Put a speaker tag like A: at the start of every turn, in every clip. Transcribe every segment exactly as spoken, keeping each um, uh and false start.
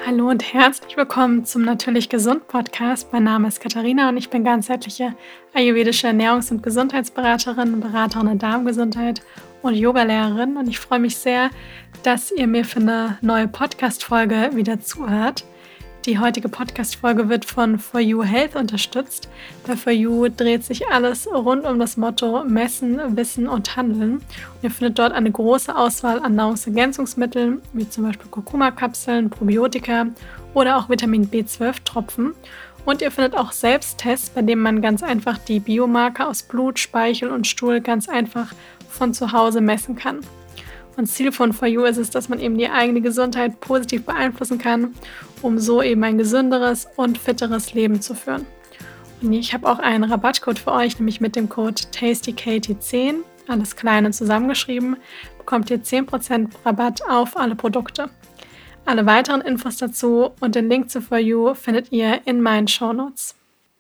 A: Hallo und herzlich willkommen zum Natürlich Gesund Podcast. Mein Name ist Katharina und ich bin ganzheitliche ayurvedische Ernährungs- und Gesundheitsberaterin, Beraterin in Darmgesundheit und Yogalehrerin. Und ich freue mich sehr, dass ihr mir für eine neue Podcast-Folge wieder zuhört. Die heutige Podcast-Folge wird von For You Health unterstützt. Bei For You dreht sich alles rund um das Motto Messen, Wissen und Handeln. Und ihr findet dort eine große Auswahl an Nahrungsergänzungsmitteln, wie zum Beispiel Kurkuma-Kapseln, Probiotika oder auch Vitamin B zwölf Tropfen. Und ihr findet auch Selbsttests, bei denen man ganz einfach die Biomarker aus Blut, Speichel und Stuhl ganz einfach von zu Hause messen kann. Und Ziel von For You ist es, dass man eben die eigene Gesundheit positiv beeinflussen kann, um so eben ein gesünderes und fitteres Leben zu führen. Und ich habe auch einen Rabattcode für euch, nämlich mit dem Code Tasty K T zehn, alles klein und zusammengeschrieben, bekommt ihr zehn Prozent Rabatt auf alle Produkte. Alle weiteren Infos dazu und den Link zu For You findet ihr in meinen Shownotes.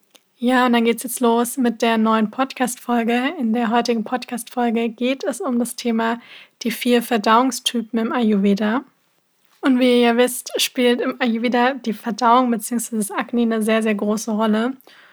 A: Ja, und dann geht's jetzt los mit der neuen Podcast-Folge. In der heutigen Podcast-Folge geht es um das Thema die vier Verdauungstypen im Ayurveda. Und wie ihr wisst, spielt im Ayurveda die Verdauung bzw. das Akne eine sehr, sehr große Rolle.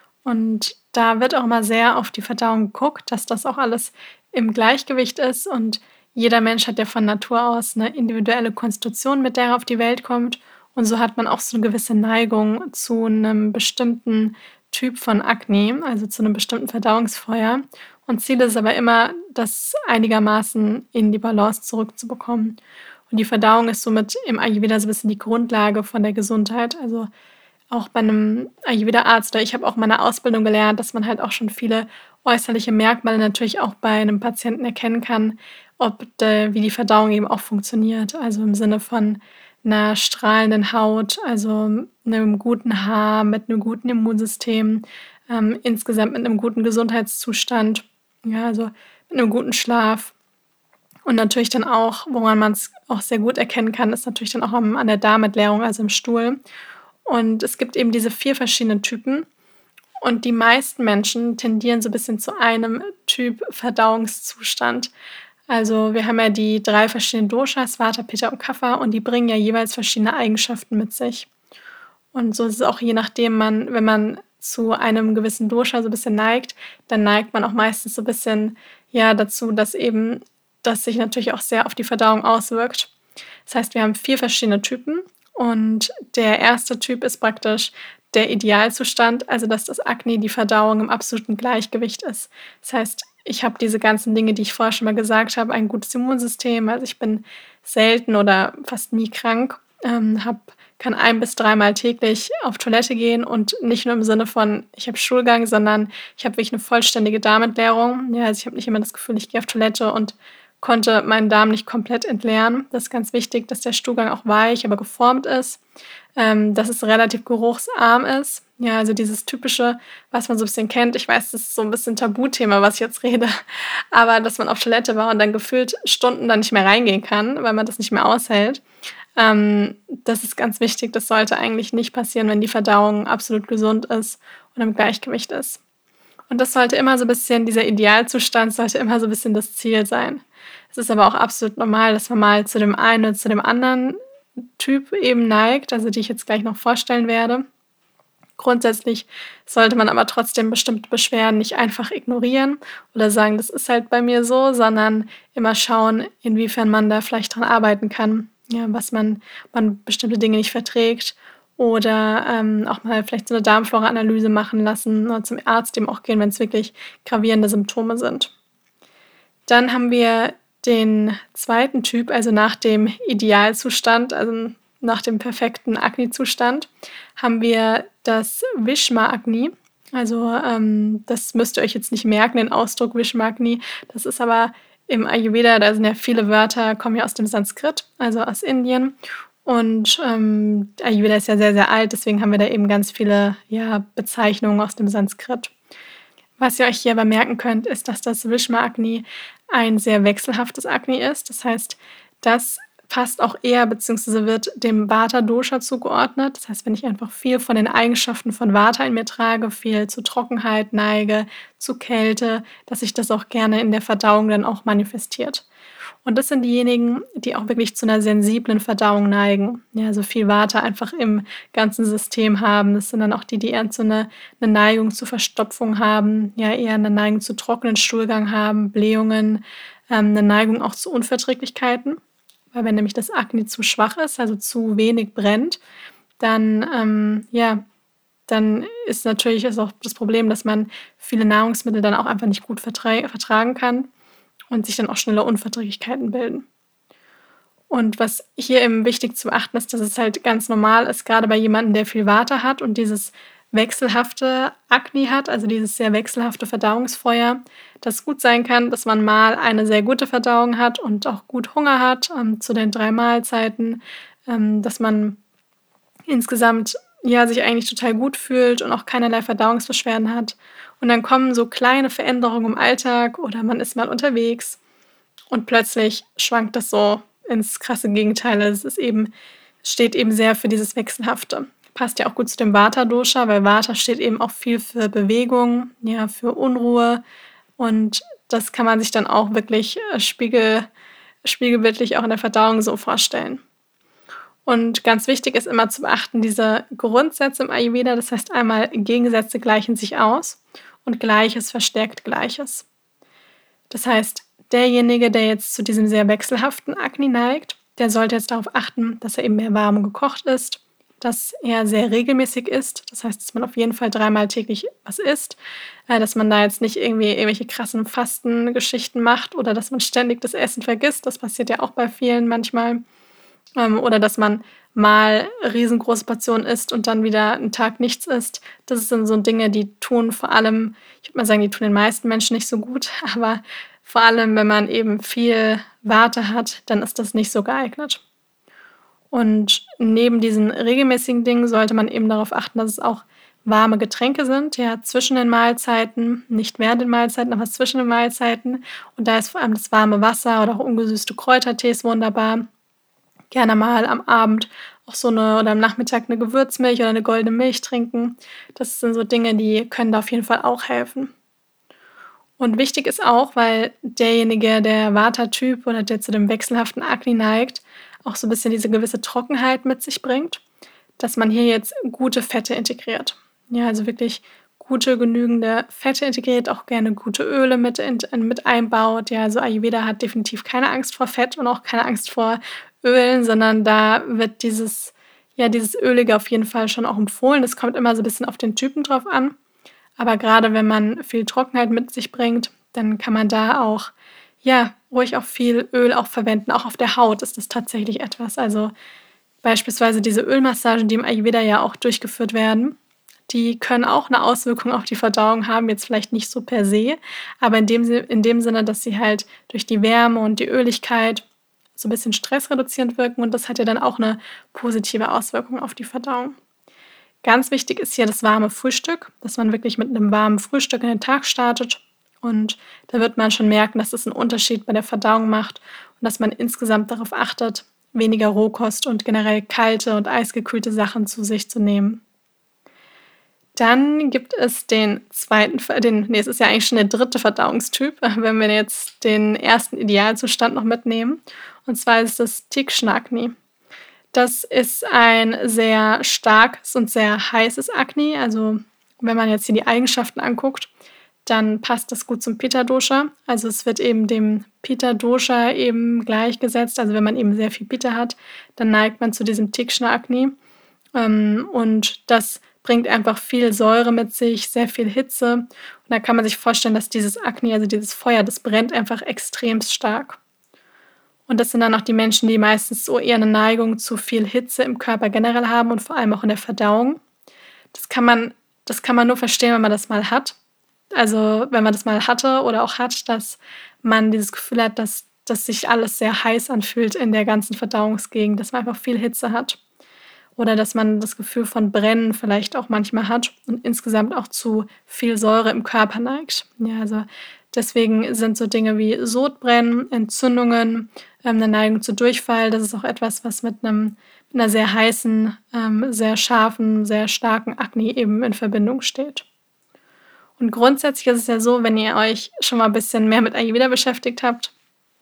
A: Und da wird auch immer sehr auf die Verdauung geguckt, dass das auch alles im Gleichgewicht ist. Und jeder Mensch hat ja von Natur aus eine individuelle Konstitution, mit der er auf die Welt kommt. Und so hat man auch so eine gewisse Neigung zu einem bestimmten Typ von Akne, also zu einem bestimmten Verdauungsfeuer. Und Ziel ist aber immer, das einigermaßen in die Balance zurückzubekommen. Und die Verdauung ist somit im Ayurveda so ein bisschen die Grundlage von der Gesundheit. Also auch bei einem Ayurveda-Arzt, oder ich habe auch meine Ausbildung gelernt, dass man halt auch schon viele äußerliche Merkmale natürlich auch bei einem Patienten erkennen kann, ob de, wie die Verdauung eben auch funktioniert. Also im Sinne von einer strahlenden Haut, also einem guten Haar, mit einem guten Immunsystem, ähm, insgesamt mit einem guten Gesundheitszustand, ja, also mit einem guten Schlaf. Und natürlich dann auch, woran man es auch sehr gut erkennen kann, ist natürlich dann auch am, an der Darmentleerung, also im Stuhl. Und es gibt eben diese vier verschiedenen Typen. Und die meisten Menschen tendieren so ein bisschen zu einem Typ Verdauungszustand. Also wir haben ja die drei verschiedenen Doshas, Vata, Pitta und Kapha, und die bringen ja jeweils verschiedene Eigenschaften mit sich. Und so ist es auch je nachdem, man, wenn man zu einem gewissen Dosha so ein bisschen neigt, dann neigt man auch meistens so ein bisschen ja dazu, dass eben das sich natürlich auch sehr auf die Verdauung auswirkt. Das heißt, wir haben vier verschiedene Typen und der erste Typ ist praktisch der Idealzustand, also dass das Akne, die Verdauung im absoluten Gleichgewicht ist. Das heißt, ich habe diese ganzen Dinge, die ich vorher schon mal gesagt habe, ein gutes Immunsystem, also ich bin selten oder fast nie krank, ähm, hab, kann ein- bis dreimal täglich auf Toilette gehen und nicht nur im Sinne von, ich habe Stuhlgang, sondern ich habe wirklich eine vollständige Darmentleerung. Ja, also ich habe nicht immer das Gefühl, ich gehe auf Toilette und konnte meinen Darm nicht komplett entleeren. Das ist ganz wichtig, dass der Stuhlgang auch weich, aber geformt ist, ähm, dass es relativ geruchsarm ist. Ja, also dieses typische, was man so ein bisschen kennt. Ich weiß, das ist so ein bisschen Tabuthema, was ich jetzt rede, aber dass man auf Toilette war und dann gefühlt Stunden dann nicht mehr reingehen kann, weil man das nicht mehr aushält. Ähm, das ist ganz wichtig. Das sollte eigentlich nicht passieren, wenn die Verdauung absolut gesund ist und im Gleichgewicht ist. Und das sollte immer so ein bisschen, dieser Idealzustand sollte immer so ein bisschen das Ziel sein. Es ist aber auch absolut normal, dass man mal zu dem einen oder zu dem anderen Typ eben neigt, also die ich jetzt gleich noch vorstellen werde. Grundsätzlich sollte man aber trotzdem bestimmte Beschwerden nicht einfach ignorieren oder sagen, das ist halt bei mir so, sondern immer schauen, inwiefern man da vielleicht dran arbeiten kann, ja, was man, man bestimmte Dinge nicht verträgt oder ähm, auch mal vielleicht so eine Darmflora-Analyse machen lassen oder zum Arzt eben auch gehen, wenn es wirklich gravierende Symptome sind. Dann haben wir den zweiten Typ, also nach dem Idealzustand, also nach dem perfekten Akne-Zustand, haben wir das Vishma-Akne. Also ähm, das müsst ihr euch jetzt nicht merken, den Ausdruck Vishma-Akne. Das ist aber im Ayurveda, da sind ja viele Wörter, kommen ja aus dem Sanskrit, also aus Indien. Und ähm, Ayurveda ist ja sehr, sehr alt, deswegen haben wir da eben ganz viele ja, Bezeichnungen aus dem Sanskrit. Was ihr euch hier aber merken könnt, ist, dass das Vishma-Akne ein sehr wechselhaftes Akne ist. Das heißt, das passt auch eher bzw. wird dem Vata-Dosha zugeordnet. Das heißt, wenn ich einfach viel von den Eigenschaften von Vata in mir trage, viel zu Trockenheit neige, zu Kälte, dass sich das auch gerne in der Verdauung dann auch manifestiert. Und das sind diejenigen, die auch wirklich zu einer sensiblen Verdauung neigen. Ja, also viel Vata einfach im ganzen System haben. Das sind dann auch die, die eher so eine 'ne Neigung zu Verstopfung haben, ja, eher eine Neigung zu trockenen Stuhlgang haben, Blähungen, ähm, 'ne Neigung auch zu Unverträglichkeiten. Weil wenn nämlich das Akne zu schwach ist, also zu wenig brennt, dann, ähm, ja, dann ist natürlich ist auch das Problem, dass man viele Nahrungsmittel dann auch einfach nicht gut verträ vertragen kann und sich dann auch schneller Unverträglichkeiten bilden. Und was hier eben wichtig zu beachten ist, dass es halt ganz normal ist, gerade bei jemandem, der viel Vata hat und dieses wechselhafte Akne hat, also dieses sehr wechselhafte Verdauungsfeuer, dass es gut sein kann, dass man mal eine sehr gute Verdauung hat und auch gut Hunger hat, ähm, zu den drei Mahlzeiten, ähm, dass man insgesamt, ja, sich eigentlich total gut fühlt und auch keinerlei Verdauungsbeschwerden hat. Und dann kommen so kleine Veränderungen im Alltag oder man ist mal unterwegs und plötzlich schwankt das so ins krasse Gegenteil. Also, es ist eben steht eben sehr für dieses Wechselhafte. Passt ja auch gut zu dem Vata-Dosha, weil Vata steht eben auch viel für Bewegung, ja, für Unruhe und das kann man sich dann auch wirklich, äh, spiegel spiegelbildlich auch in der Verdauung so vorstellen. Und ganz wichtig ist immer zu beachten, diese Grundsätze im Ayurveda, das heißt einmal, Gegensätze gleichen sich aus und Gleiches verstärkt Gleiches. Das heißt, derjenige, der jetzt zu diesem sehr wechselhaften Akne neigt, der sollte jetzt darauf achten, dass er eben mehr warm gekocht isst, dass er sehr regelmäßig isst. Das heißt, dass man auf jeden Fall dreimal täglich was isst, äh, dass man da jetzt nicht irgendwie irgendwelche krassen Fastengeschichten macht oder dass man ständig das Essen vergisst. Das passiert ja auch bei vielen manchmal. Ähm, oder dass man mal riesengroße Portionen isst und dann wieder einen Tag nichts isst. Das sind so Dinge, die tun vor allem ich würde mal sagen, die tun den meisten Menschen nicht so gut, aber vor allem, wenn man eben viel Warte hat, dann ist das nicht so geeignet. Und neben diesen regelmäßigen Dingen sollte man eben darauf achten, dass es auch warme Getränke sind, ja, zwischen den Mahlzeiten, nicht während den Mahlzeiten, aber zwischen den Mahlzeiten. Und da ist vor allem das warme Wasser oder auch ungesüßte Kräutertees wunderbar. Gerne mal am Abend auch so eine oder am Nachmittag eine Gewürzmilch oder eine goldene Milch trinken. Das sind so Dinge, die können da auf jeden Fall auch helfen. Und wichtig ist auch, weil derjenige, der Vata-Typ oder der zu dem wechselhaften Akne neigt, auch so ein bisschen diese gewisse Trockenheit mit sich bringt, dass man hier jetzt gute Fette integriert. Ja, also wirklich gute, genügende Fette integriert, auch gerne gute Öle mit int mit einbaut. Ja, also Ayurveda hat definitiv keine Angst vor Fett und auch keine Angst vor Ölen, sondern da wird dieses ja, dieses Ölige auf jeden Fall schon auch empfohlen. Das kommt immer so ein bisschen auf den Typen drauf an. Aber gerade wenn man viel Trockenheit mit sich bringt, dann kann man da auch, ja, ruhig auch viel Öl auch verwenden. Auch auf der Haut ist das tatsächlich etwas. Also, beispielsweise diese Ölmassagen, die im Ayurveda ja auch durchgeführt werden, die können auch eine Auswirkung auf die Verdauung haben, jetzt vielleicht nicht so per se, aber in dem Si in dem Sinne, dass sie halt durch die Wärme und die Öligkeit so ein bisschen stressreduzierend wirken und das hat ja dann auch eine positive Auswirkung auf die Verdauung. Ganz wichtig ist hier das warme Frühstück, dass man wirklich mit einem warmen Frühstück in den Tag startet. Und da wird man schon merken, dass es einen Unterschied bei der Verdauung macht und dass man insgesamt darauf achtet, weniger Rohkost und generell kalte und eisgekühlte Sachen zu sich zu nehmen. Dann gibt es den zweiten, Ver den ne, es ist ja eigentlich schon der dritte Verdauungstyp, wenn wir jetzt den ersten Idealzustand noch mitnehmen. Und zwar ist das Tikschnakni. Das ist ein sehr starkes und sehr heißes Akne. Also, wenn man jetzt hier die Eigenschaften anguckt, dann passt das gut zum Pitta-Dosha. Also, es wird eben dem Pitta-Dosha eben gleichgesetzt. Also, wenn man eben sehr viel Pitta hat, dann neigt man zu diesem Tikschner-Akne. Ähm, und das bringt einfach viel Säure mit sich, sehr viel Hitze. Und da kann man sich vorstellen, dass dieses Akne, also dieses Feuer, das brennt einfach extremst stark. Und das sind dann auch die Menschen, die meistens so eher eine Neigung zu viel Hitze im Körper generell haben und vor allem auch in der Verdauung. Das kann man das kann man nur verstehen, wenn man das mal hat. Also, wenn man das mal hatte oder auch hat, dass man dieses Gefühl hat, dass dass sich alles sehr heiß anfühlt in der ganzen Verdauungsgegend, dass man einfach viel Hitze hat. Oder dass man das Gefühl von Brennen vielleicht auch manchmal hat und insgesamt auch zu viel Säure im Körper neigt. Ja, also deswegen sind so Dinge wie Sodbrennen, Entzündungen, ähm, 'ne Neigung zu Durchfall, das ist auch etwas, was mit einem mit 'ner sehr heißen, ähm, sehr scharfen, sehr starken Akne eben in Verbindung steht. Und grundsätzlich ist es ja so, wenn ihr euch schon mal ein bisschen mehr mit Ayurveda beschäftigt habt,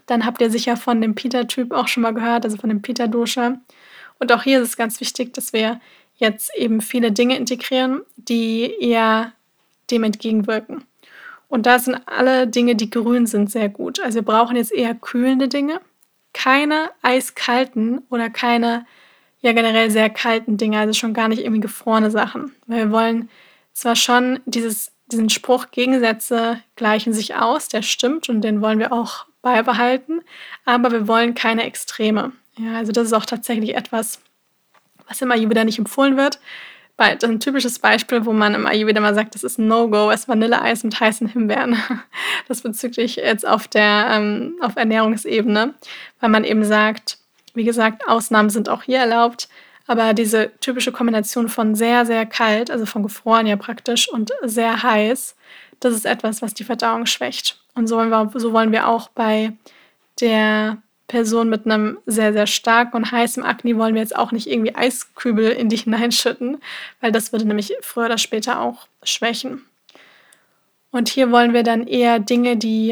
A: dann habt ihr sicher von dem Pitta-Typ auch schon mal gehört, also von dem Pitta-Dosha. Und auch hier ist es ganz wichtig, dass wir jetzt eben viele Dinge integrieren, die eher dem entgegenwirken. Und da sind alle Dinge, die grün sind, sehr gut. Also wir brauchen jetzt eher kühlende Dinge, keine eiskalten oder keine, ja generell sehr kalten Dinge, also schon gar nicht irgendwie gefrorene Sachen. Weil wir wollen zwar schon dieses, diesen Spruch, Gegensätze gleichen sich aus, der stimmt und den wollen wir auch beibehalten, aber wir wollen keine Extreme. Ja, also das ist auch tatsächlich etwas, was im Ayurveda nicht empfohlen wird. Das ist ein typisches Beispiel, wo man im Ayurveda mal sagt, das ist ein No-Go, ist Vanilleeis mit heißen Himbeeren. Das bezüglich jetzt auf der ähm, auf Ernährungsebene, weil man eben sagt, wie gesagt, Ausnahmen sind auch hier erlaubt, aber diese typische Kombination von sehr, sehr kalt, also von gefroren ja praktisch, und sehr heiß, das ist etwas, was die Verdauung schwächt. Und so wollen wir, so wollen wir auch bei der Person mit einem sehr, sehr starken und heißen Akne wollen wir jetzt auch nicht irgendwie Eiskübel in die hineinschütten, weil das würde nämlich früher oder später auch schwächen. Und hier wollen wir dann eher Dinge, die,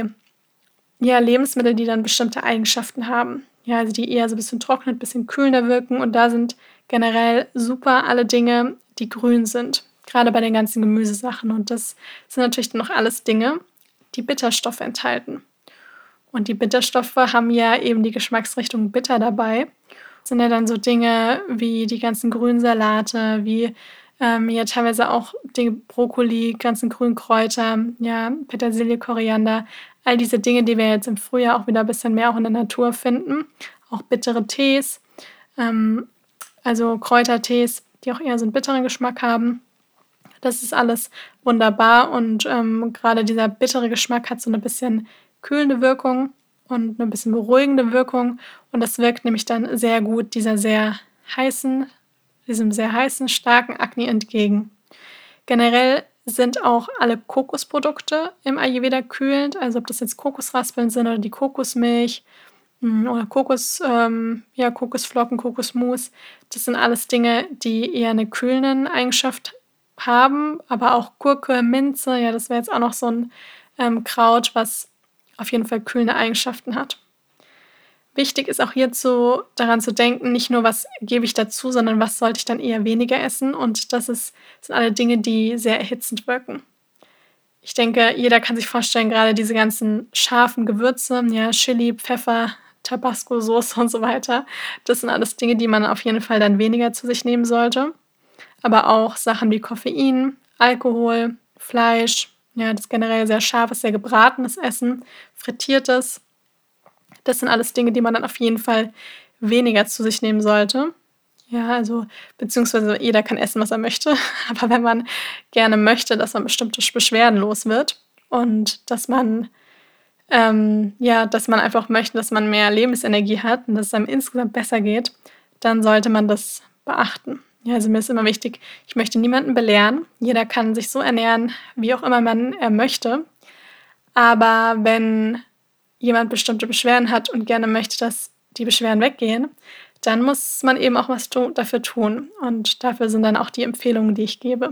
A: ja, Lebensmittel, die dann bestimmte Eigenschaften haben. Ja, also die eher so ein bisschen trocknet, ein bisschen kühlender wirken. Und da sind generell super alle Dinge, die grün sind. Gerade bei den ganzen Gemüsesachen. Und das sind natürlich dann noch alles Dinge, die Bitterstoffe enthalten. Und die Bitterstoffe haben ja eben die Geschmacksrichtung bitter dabei. Das sind ja dann so Dinge wie die ganzen grünen Salate, wie ähm, ja teilweise auch die Brokkoli, ganzen grünen Kräuter, ja, Petersilie, Koriander, all diese Dinge, die wir jetzt im Frühjahr auch wieder ein bisschen mehr auch in der Natur finden. Auch bittere Tees, ähm, also Kräutertees, die auch eher so einen bitteren Geschmack haben. Das ist alles wunderbar und ähm, gerade dieser bittere Geschmack hat so eine bisschen kühlende Wirkung und eine bisschen beruhigende Wirkung und das wirkt nämlich dann sehr gut dieser sehr heißen, diesem sehr heißen, starken Akne entgegen. Generell sind auch alle Kokosprodukte im Ayurveda kühlend, also ob das jetzt Kokosraspeln sind oder die Kokosmilch mm, oder Kokos, ähm, ja, Kokosflocken, Kokosmus. Das sind alles Dinge, die eher eine kühlende Eigenschaft haben, aber auch Gurke, Minze, ja, das wäre jetzt auch noch so ein ähm, Kraut, was auf jeden Fall kühlende Eigenschaften hat. Wichtig ist auch hierzu daran zu denken, nicht nur, was gebe ich dazu, sondern was sollte ich dann eher weniger essen. Und das ist, sind alle Dinge, die sehr erhitzend wirken. Ich denke, jeder kann sich vorstellen, gerade diese ganzen scharfen Gewürze, ja, Chili, Pfeffer, Tabasco-Soße und so weiter, das sind alles Dinge, die man auf jeden Fall dann weniger zu sich nehmen sollte. Aber auch Sachen wie Koffein, Alkohol, Fleisch, ja, das generell sehr scharfes, sehr gebratenes Essen, frittiertes. Das sind alles Dinge, die man dann auf jeden Fall weniger zu sich nehmen sollte. Ja, also beziehungsweise jeder kann essen, was er möchte. Aber wenn man gerne möchte, dass man bestimmte Beschwerden los wird und dass man ähm, ja, dass man einfach möchte, dass man mehr Lebensenergie hat und dass es einem insgesamt besser geht, dann sollte man das beachten. Ja, also mir ist immer wichtig, ich möchte niemanden belehren. Jeder kann sich so ernähren, wie auch immer man er möchte. Aber wenn jemand bestimmte Beschwerden hat und gerne möchte, dass die Beschwerden weggehen, dann muss man eben auch was tu- dafür tun. Und dafür sind dann auch die Empfehlungen, die ich gebe.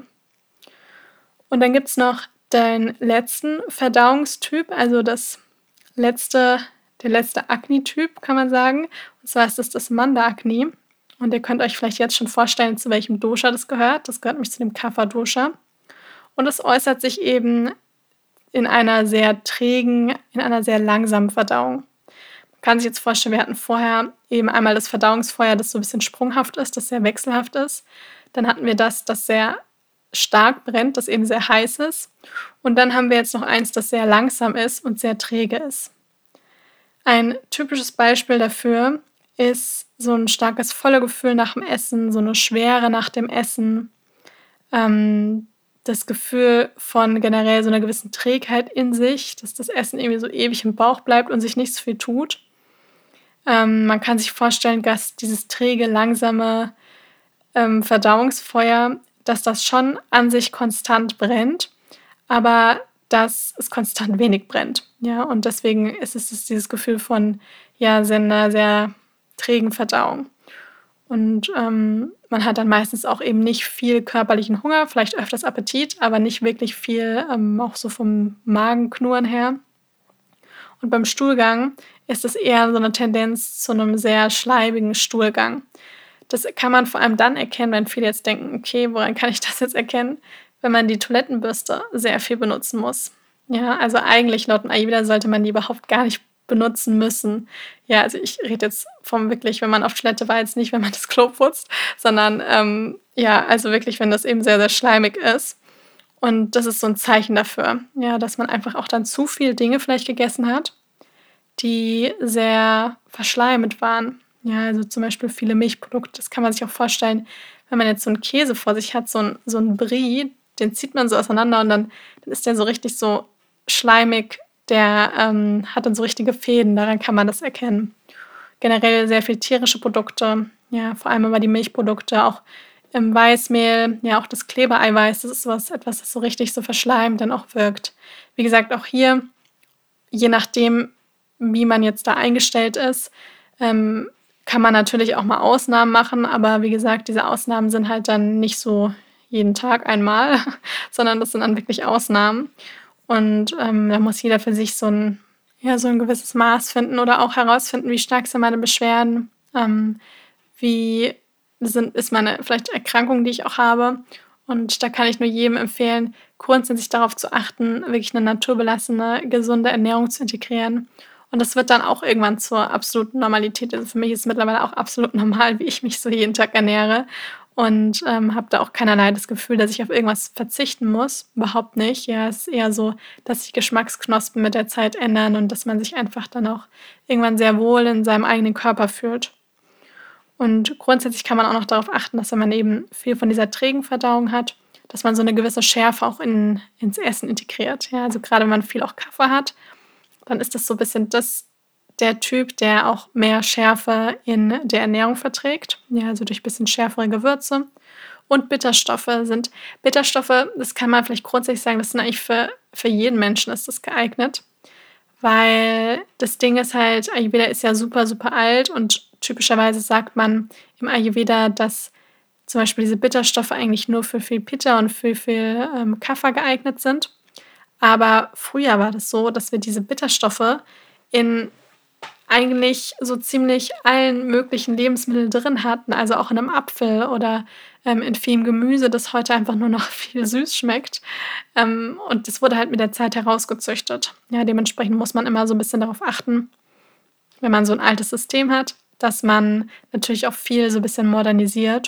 A: Und dann gibt es noch den letzten Verdauungstyp, also das letzte, der letzte Akne-Typ, kann man sagen. Und zwar ist das das Manda-Akne. Und ihr könnt euch vielleicht jetzt schon vorstellen, zu welchem Dosha das gehört. Das gehört nämlich zu dem Kapha-Dosha. Und es äußert sich eben in einer sehr trägen, in einer sehr langsamen Verdauung. Man kann sich jetzt vorstellen, wir hatten vorher eben einmal das Verdauungsfeuer, das so ein bisschen sprunghaft ist, das sehr wechselhaft ist. Dann hatten wir das, das sehr stark brennt, das eben sehr heiß ist. Und dann haben wir jetzt noch eins, das sehr langsam ist und sehr träge ist. Ein typisches Beispiel dafür ist so ein starkes Völlegefühl nach dem Essen, so eine Schwere nach dem Essen, ähm, das Gefühl von generell so einer gewissen Trägheit in sich, dass das Essen irgendwie so ewig im Bauch bleibt und sich nichts viel tut. Ähm, man kann sich vorstellen, dass dieses träge, langsame ähm, Verdauungsfeuer, dass das schon an sich konstant brennt, aber dass es konstant wenig brennt. Ja, und deswegen ist es dieses Gefühl von ja, sehr, einer sehr trägen Verdauung. Und ähm, man hat dann meistens auch eben nicht viel körperlichen Hunger, vielleicht öfters Appetit, aber nicht wirklich viel, ähm, auch so vom Magenknurren her. Und beim Stuhlgang ist es eher so eine Tendenz zu einem sehr schleimigen Stuhlgang. Das kann man vor allem dann erkennen, wenn viele jetzt denken: „Okay, woran kann ich das jetzt erkennen?“ Wenn man die Toilettenbürste sehr viel benutzen muss. Ja, also eigentlich laut dem Ayurveda sollte man die überhaupt gar nicht benutzen müssen. Ja, also ich rede jetzt vom wirklich, wenn man auf Toilette war, jetzt nicht, wenn man das Klo putzt, sondern, ähm, ja, also wirklich, wenn das eben sehr, sehr schleimig ist. Und das ist so 'n Zeichen dafür, ja, dass man einfach auch dann zu viel Dinge vielleicht gegessen hat, die sehr verschleimt waren. Ja, also zum Beispiel viele Milchprodukte. Das kann man sich auch vorstellen, wenn man jetzt so 'n Käse vor sich hat, so 'n so 'n Brie, den zieht man so auseinander und dann dann ist der so richtig so schleimig. Der, ähm, hat dann so richtige Fäden, daran kann man das erkennen. Generell sehr viel tierische Produkte, ja, vor allem aber die Milchprodukte, auch, ähm, Weißmehl, ja, auch das Klebereiweiß, das ist so was etwas, das so richtig so verschleimt dann auch wirkt. Wie gesagt, auch hier, je nachdem, wie man jetzt da eingestellt ist, ähm, kann man natürlich auch mal Ausnahmen machen, aber wie gesagt, diese Ausnahmen sind halt dann nicht so jeden Tag einmal, sondern das sind dann wirklich Ausnahmen. Und, ähm, da muss jeder für sich so 'n ja, so 'n gewisses Maß finden oder auch herausfinden, wie stark sind meine Beschwerden, ähm, wie sind ist meine vielleicht Erkrankung, die ich auch habe. Und da kann ich nur jedem empfehlen, grundsätzlich darauf zu achten, wirklich 'ne naturbelassene, gesunde Ernährung zu integrieren. Und das wird dann auch irgendwann zur absoluten Normalität. Also, für mich ist es mittlerweile auch absolut normal, wie ich mich so jeden Tag ernähre und, ähm, habe da auch keinerlei das Gefühl, dass ich auf irgendwas verzichten muss. Überhaupt nicht. Ja, es ist eher so, dass sich Geschmacksknospen mit der Zeit ändern und dass man sich einfach dann auch irgendwann sehr wohl in seinem eigenen Körper fühlt. Und grundsätzlich kann man auch noch darauf achten, dass wenn man eben viel von dieser trägen Verdauung hat, dass man so 'ne gewisse Schärfe auch in ins Essen integriert. Ja, also grade wenn man viel auch Kaffee hat, dann ist das so bisschen das der Typ, der auch mehr Schärfe in der Ernährung verträgt, ja, also durch bisschen schärfere Gewürze. Und Bitterstoffe sind Bitterstoffe, das kann man vielleicht grundsätzlich sagen, das sind eigentlich für für jeden Menschen ist das geeignet, weil das Ding ist halt, Ayurveda ist ja super, super alt und typischerweise sagt man im Ayurveda, dass zum Beispiel diese Bitterstoffe eigentlich nur für viel Pitta und für viel, ähm, Kapha geeignet sind. Aber früher war das so, dass wir diese Bitterstoffe in eigentlich so ziemlich allen möglichen Lebensmitteln drin hatten, also auch in 'nem Apfel oder, ähm, in vielem Gemüse, das heute einfach nur noch viel süß schmeckt. Ähm, und das wurde halt mit der Zeit herausgezüchtet. Ja, dementsprechend muss man immer so 'n bisschen darauf achten, wenn man so 'n altes System hat, dass man natürlich auch viel so bisschen modernisiert.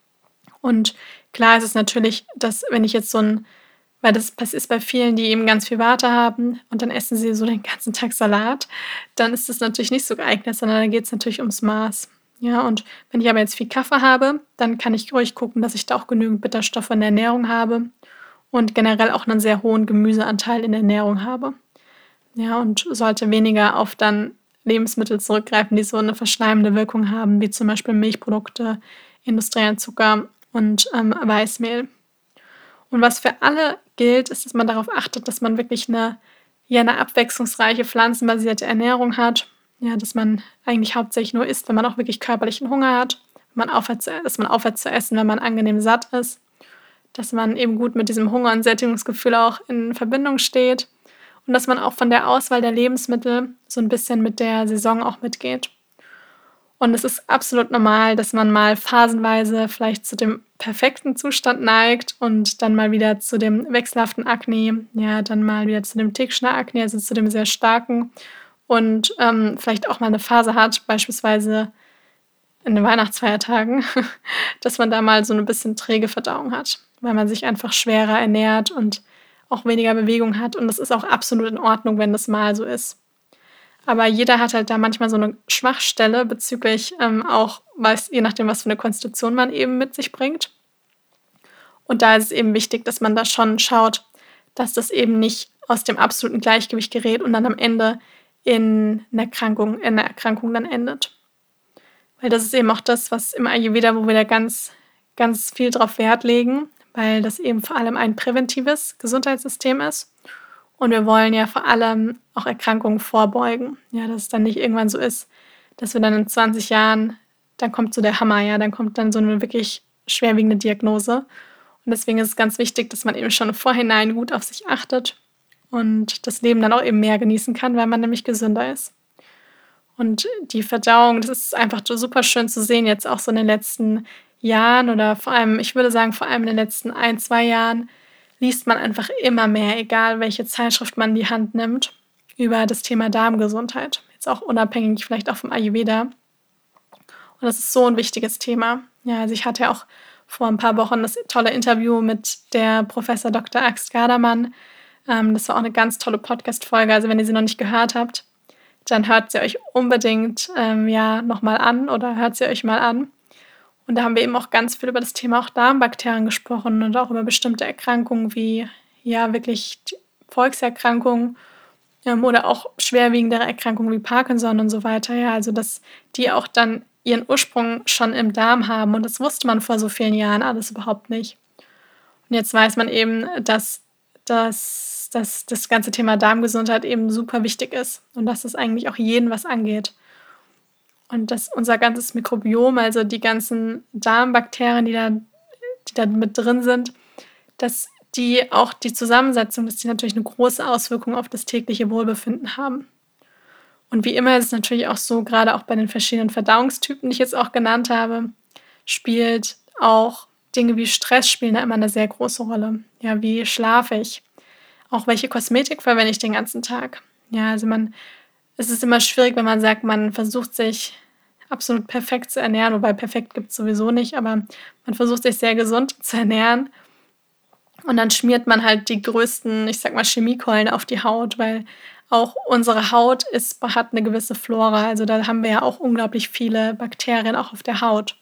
A: Und klar ist es natürlich, dass wenn ich jetzt so 'n weil das pass ist bei vielen, die eben ganz viel Vata haben und dann essen sie so den ganzen Tag Salat, dann ist das natürlich nicht so geeignet, sondern dann geht's natürlich ums Maß. Ja, und wenn ich aber jetzt viel Kapha habe, dann kann ich ruhig gucken, dass ich da auch genügend Bitterstoffe in der Ernährung habe und generell auch 'nen sehr hohen Gemüseanteil in der Ernährung habe. Ja, und sollte weniger auf dann Lebensmittel zurückgreifen, die so 'ne verschleimende Wirkung haben, wie zum Beispiel Milchprodukte, industriellen Zucker und, ähm, Weißmehl. Und was für alle gilt, ist, dass man darauf achtet, dass man wirklich 'ne ja, 'ne abwechslungsreiche pflanzenbasierte Ernährung hat. Ja, dass man eigentlich hauptsächlich nur isst, wenn man auch wirklich körperlichen Hunger hat. Man aufhört zu e dass man aufhört zu essen, wenn man angenehm satt ist. Dass man eben gut mit diesem Hunger und Sättigungsgefühl auch in Verbindung steht und dass man auch von der Auswahl der Lebensmittel so 'n bisschen mit der Saison auch mitgeht. Und es ist absolut normal, dass man mal phasenweise vielleicht zu dem perfekten Zustand neigt und dann mal wieder zu dem wechselhaften Akne, ja, dann mal wieder zu dem Thekshna-Akne, also zu dem sehr starken und, ähm, vielleicht auch mal 'ne Phase hat, beispielsweise in den Weihnachtsfeiertagen, dass man da mal so 'ne bisschen träge Verdauung hat, weil man sich einfach schwerer ernährt und auch weniger Bewegung hat. Und das ist auch absolut in Ordnung, wenn das mal so ist. Aber jeder hat halt da manchmal so 'ne Schwachstelle bezüglich, ähm, auch was je nachdem, was für 'ne Konstitution man eben mit sich bringt. Und da ist es eben wichtig, dass man da schon schaut, dass das eben nicht aus dem absoluten Gleichgewicht gerät und dann am Ende in 'ner Erkrankung in 'ner Erkrankung dann endet. Weil das ist eben auch das, was im Ayurveda, wo wir da ganz, ganz viel drauf Wert legen, weil das eben vor allem ein präventives Gesundheitssystem ist. Und wir wollen ja vor allem auch Erkrankungen vorbeugen. Ja, dass es dann nicht irgendwann so ist, dass wir dann in zwanzig Jahren dann kommt so der Hammer, ja, dann kommt dann so 'ne wirklich schwerwiegende Diagnose. Und deswegen ist es ganz wichtig, dass man eben schon im Vorhinein gut auf sich achtet und das Leben dann auch eben mehr genießen kann, weil man nämlich gesünder ist. Und die Verdauung, das ist einfach so super schön zu sehen, jetzt auch so in den letzten Jahren oder vor allem, ich würde sagen, vor allem in den letzten ein, zwei Jahren liest man einfach immer mehr, egal welche Zeitschrift man in die Hand nimmt, über das Thema Darmgesundheit. Jetzt auch unabhängig vielleicht auch vom Ayurveda. Und das ist so ein wichtiges Thema. Ja, also ich hatte ja auch vor ein paar Wochen das tolle Interview mit der Professor Doktor Axt Gardermann. Ähm, das war auch eine ganz tolle Podcast-Folge. Also wenn ihr sie noch nicht gehört habt, dann hört sie euch unbedingt ähm, ja, nochmal an oder hört sie euch mal an. Und da haben wir eben auch ganz viel über das Thema auch Darmbakterien gesprochen und auch über bestimmte Erkrankungen wie ja wirklich Volkserkrankungen ähm, oder auch schwerwiegendere Erkrankungen wie Parkinson und so weiter. Ja, also dass die auch dann ihren Ursprung schon im Darm haben. Und das wusste man vor so vielen Jahren alles überhaupt nicht. Und jetzt weiß man eben, dass, dass, dass das ganze Thema Darmgesundheit eben super wichtig ist und dass es eigentlich auch jeden was angeht. Und dass unser ganzes Mikrobiom, also die ganzen Darmbakterien, die da, die da mit drin sind, dass die auch die Zusammensetzung, dass die natürlich eine große Auswirkung auf das tägliche Wohlbefinden haben. Und wie immer ist es natürlich auch so, gerade auch bei den verschiedenen Verdauungstypen, die ich jetzt auch genannt habe, spielt auch Dinge wie Stress spielen da immer eine sehr große Rolle. Ja, wie schlafe ich? Auch welche Kosmetik verwende ich den ganzen Tag? Ja, also man, es ist immer schwierig, wenn man sagt, man versucht sich absolut perfekt zu ernähren, wobei perfekt gibt es sowieso nicht, aber man versucht sich sehr gesund zu ernähren und dann schmiert man halt die größten, ich sag mal, Chemiekeulen auf die Haut, weil auch unsere Haut ist, hat eine gewisse Flora, also da haben wir ja auch unglaublich viele Bakterien auch auf der Haut.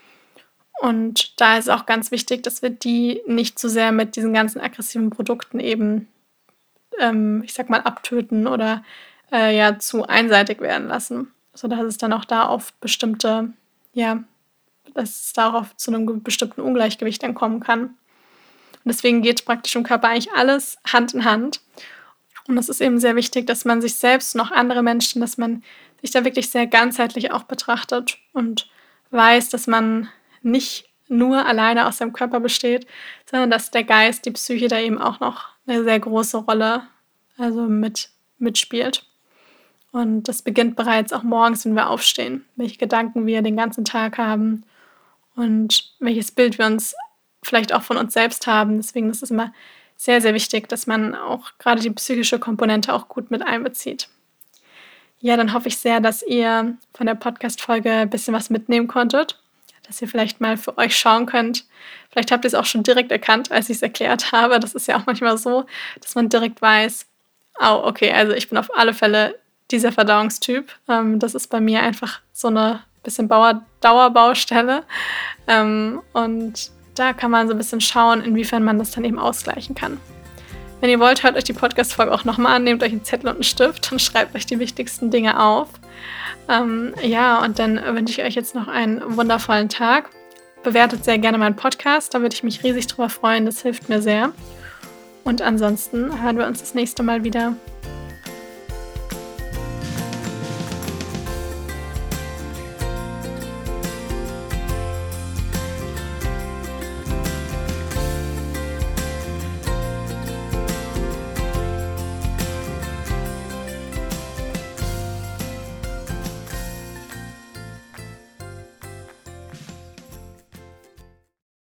A: Und da ist auch ganz wichtig, dass wir die nicht zu sehr mit diesen ganzen aggressiven Produkten eben, ähm, ich sag mal, abtöten oder äh, ja zu einseitig werden lassen, sodass es dann auch da auf bestimmte, ja, dass es darauf zu einem bestimmten Ungleichgewicht dann kommen kann. Und deswegen geht praktisch im Körper eigentlich alles Hand in Hand. Und es ist eben sehr wichtig, dass man sich selbst, noch andere Menschen, dass man sich da wirklich sehr ganzheitlich auch betrachtet und weiß, dass man nicht nur alleine aus seinem Körper besteht, sondern dass der Geist, die Psyche da eben auch noch eine sehr große Rolle also mit, mitspielt. Und das beginnt bereits auch morgens, wenn wir aufstehen, welche Gedanken wir den ganzen Tag haben und welches Bild wir uns vielleicht auch von uns selbst haben. Deswegen ist es immer sehr, sehr wichtig, dass man auch gerade die psychische Komponente auch gut mit einbezieht. Ja, dann hoffe ich sehr, dass ihr von der Podcast-Folge ein bisschen was mitnehmen konntet, dass ihr vielleicht mal für euch schauen könnt. Vielleicht habt ihr es auch schon direkt erkannt, als ich es erklärt habe. Das ist ja auch manchmal so, dass man direkt weiß, oh, okay, also ich bin auf alle Fälle dieser Verdauungstyp. Ähm, das ist bei mir einfach so eine bisschen Bauer- Dauerbaustelle. Ähm, und da kann man so ein bisschen schauen, inwiefern man das dann eben ausgleichen kann. Wenn ihr wollt, hört euch die Podcast-Folge auch nochmal an, nehmt euch einen Zettel und einen Stift und schreibt euch die wichtigsten Dinge auf. Ähm, ja, und dann wünsche ich euch jetzt noch einen wundervollen Tag. Bewertet sehr gerne meinen Podcast, da würde ich mich riesig drüber freuen, das hilft mir sehr. Und ansonsten hören wir uns das nächste Mal wieder.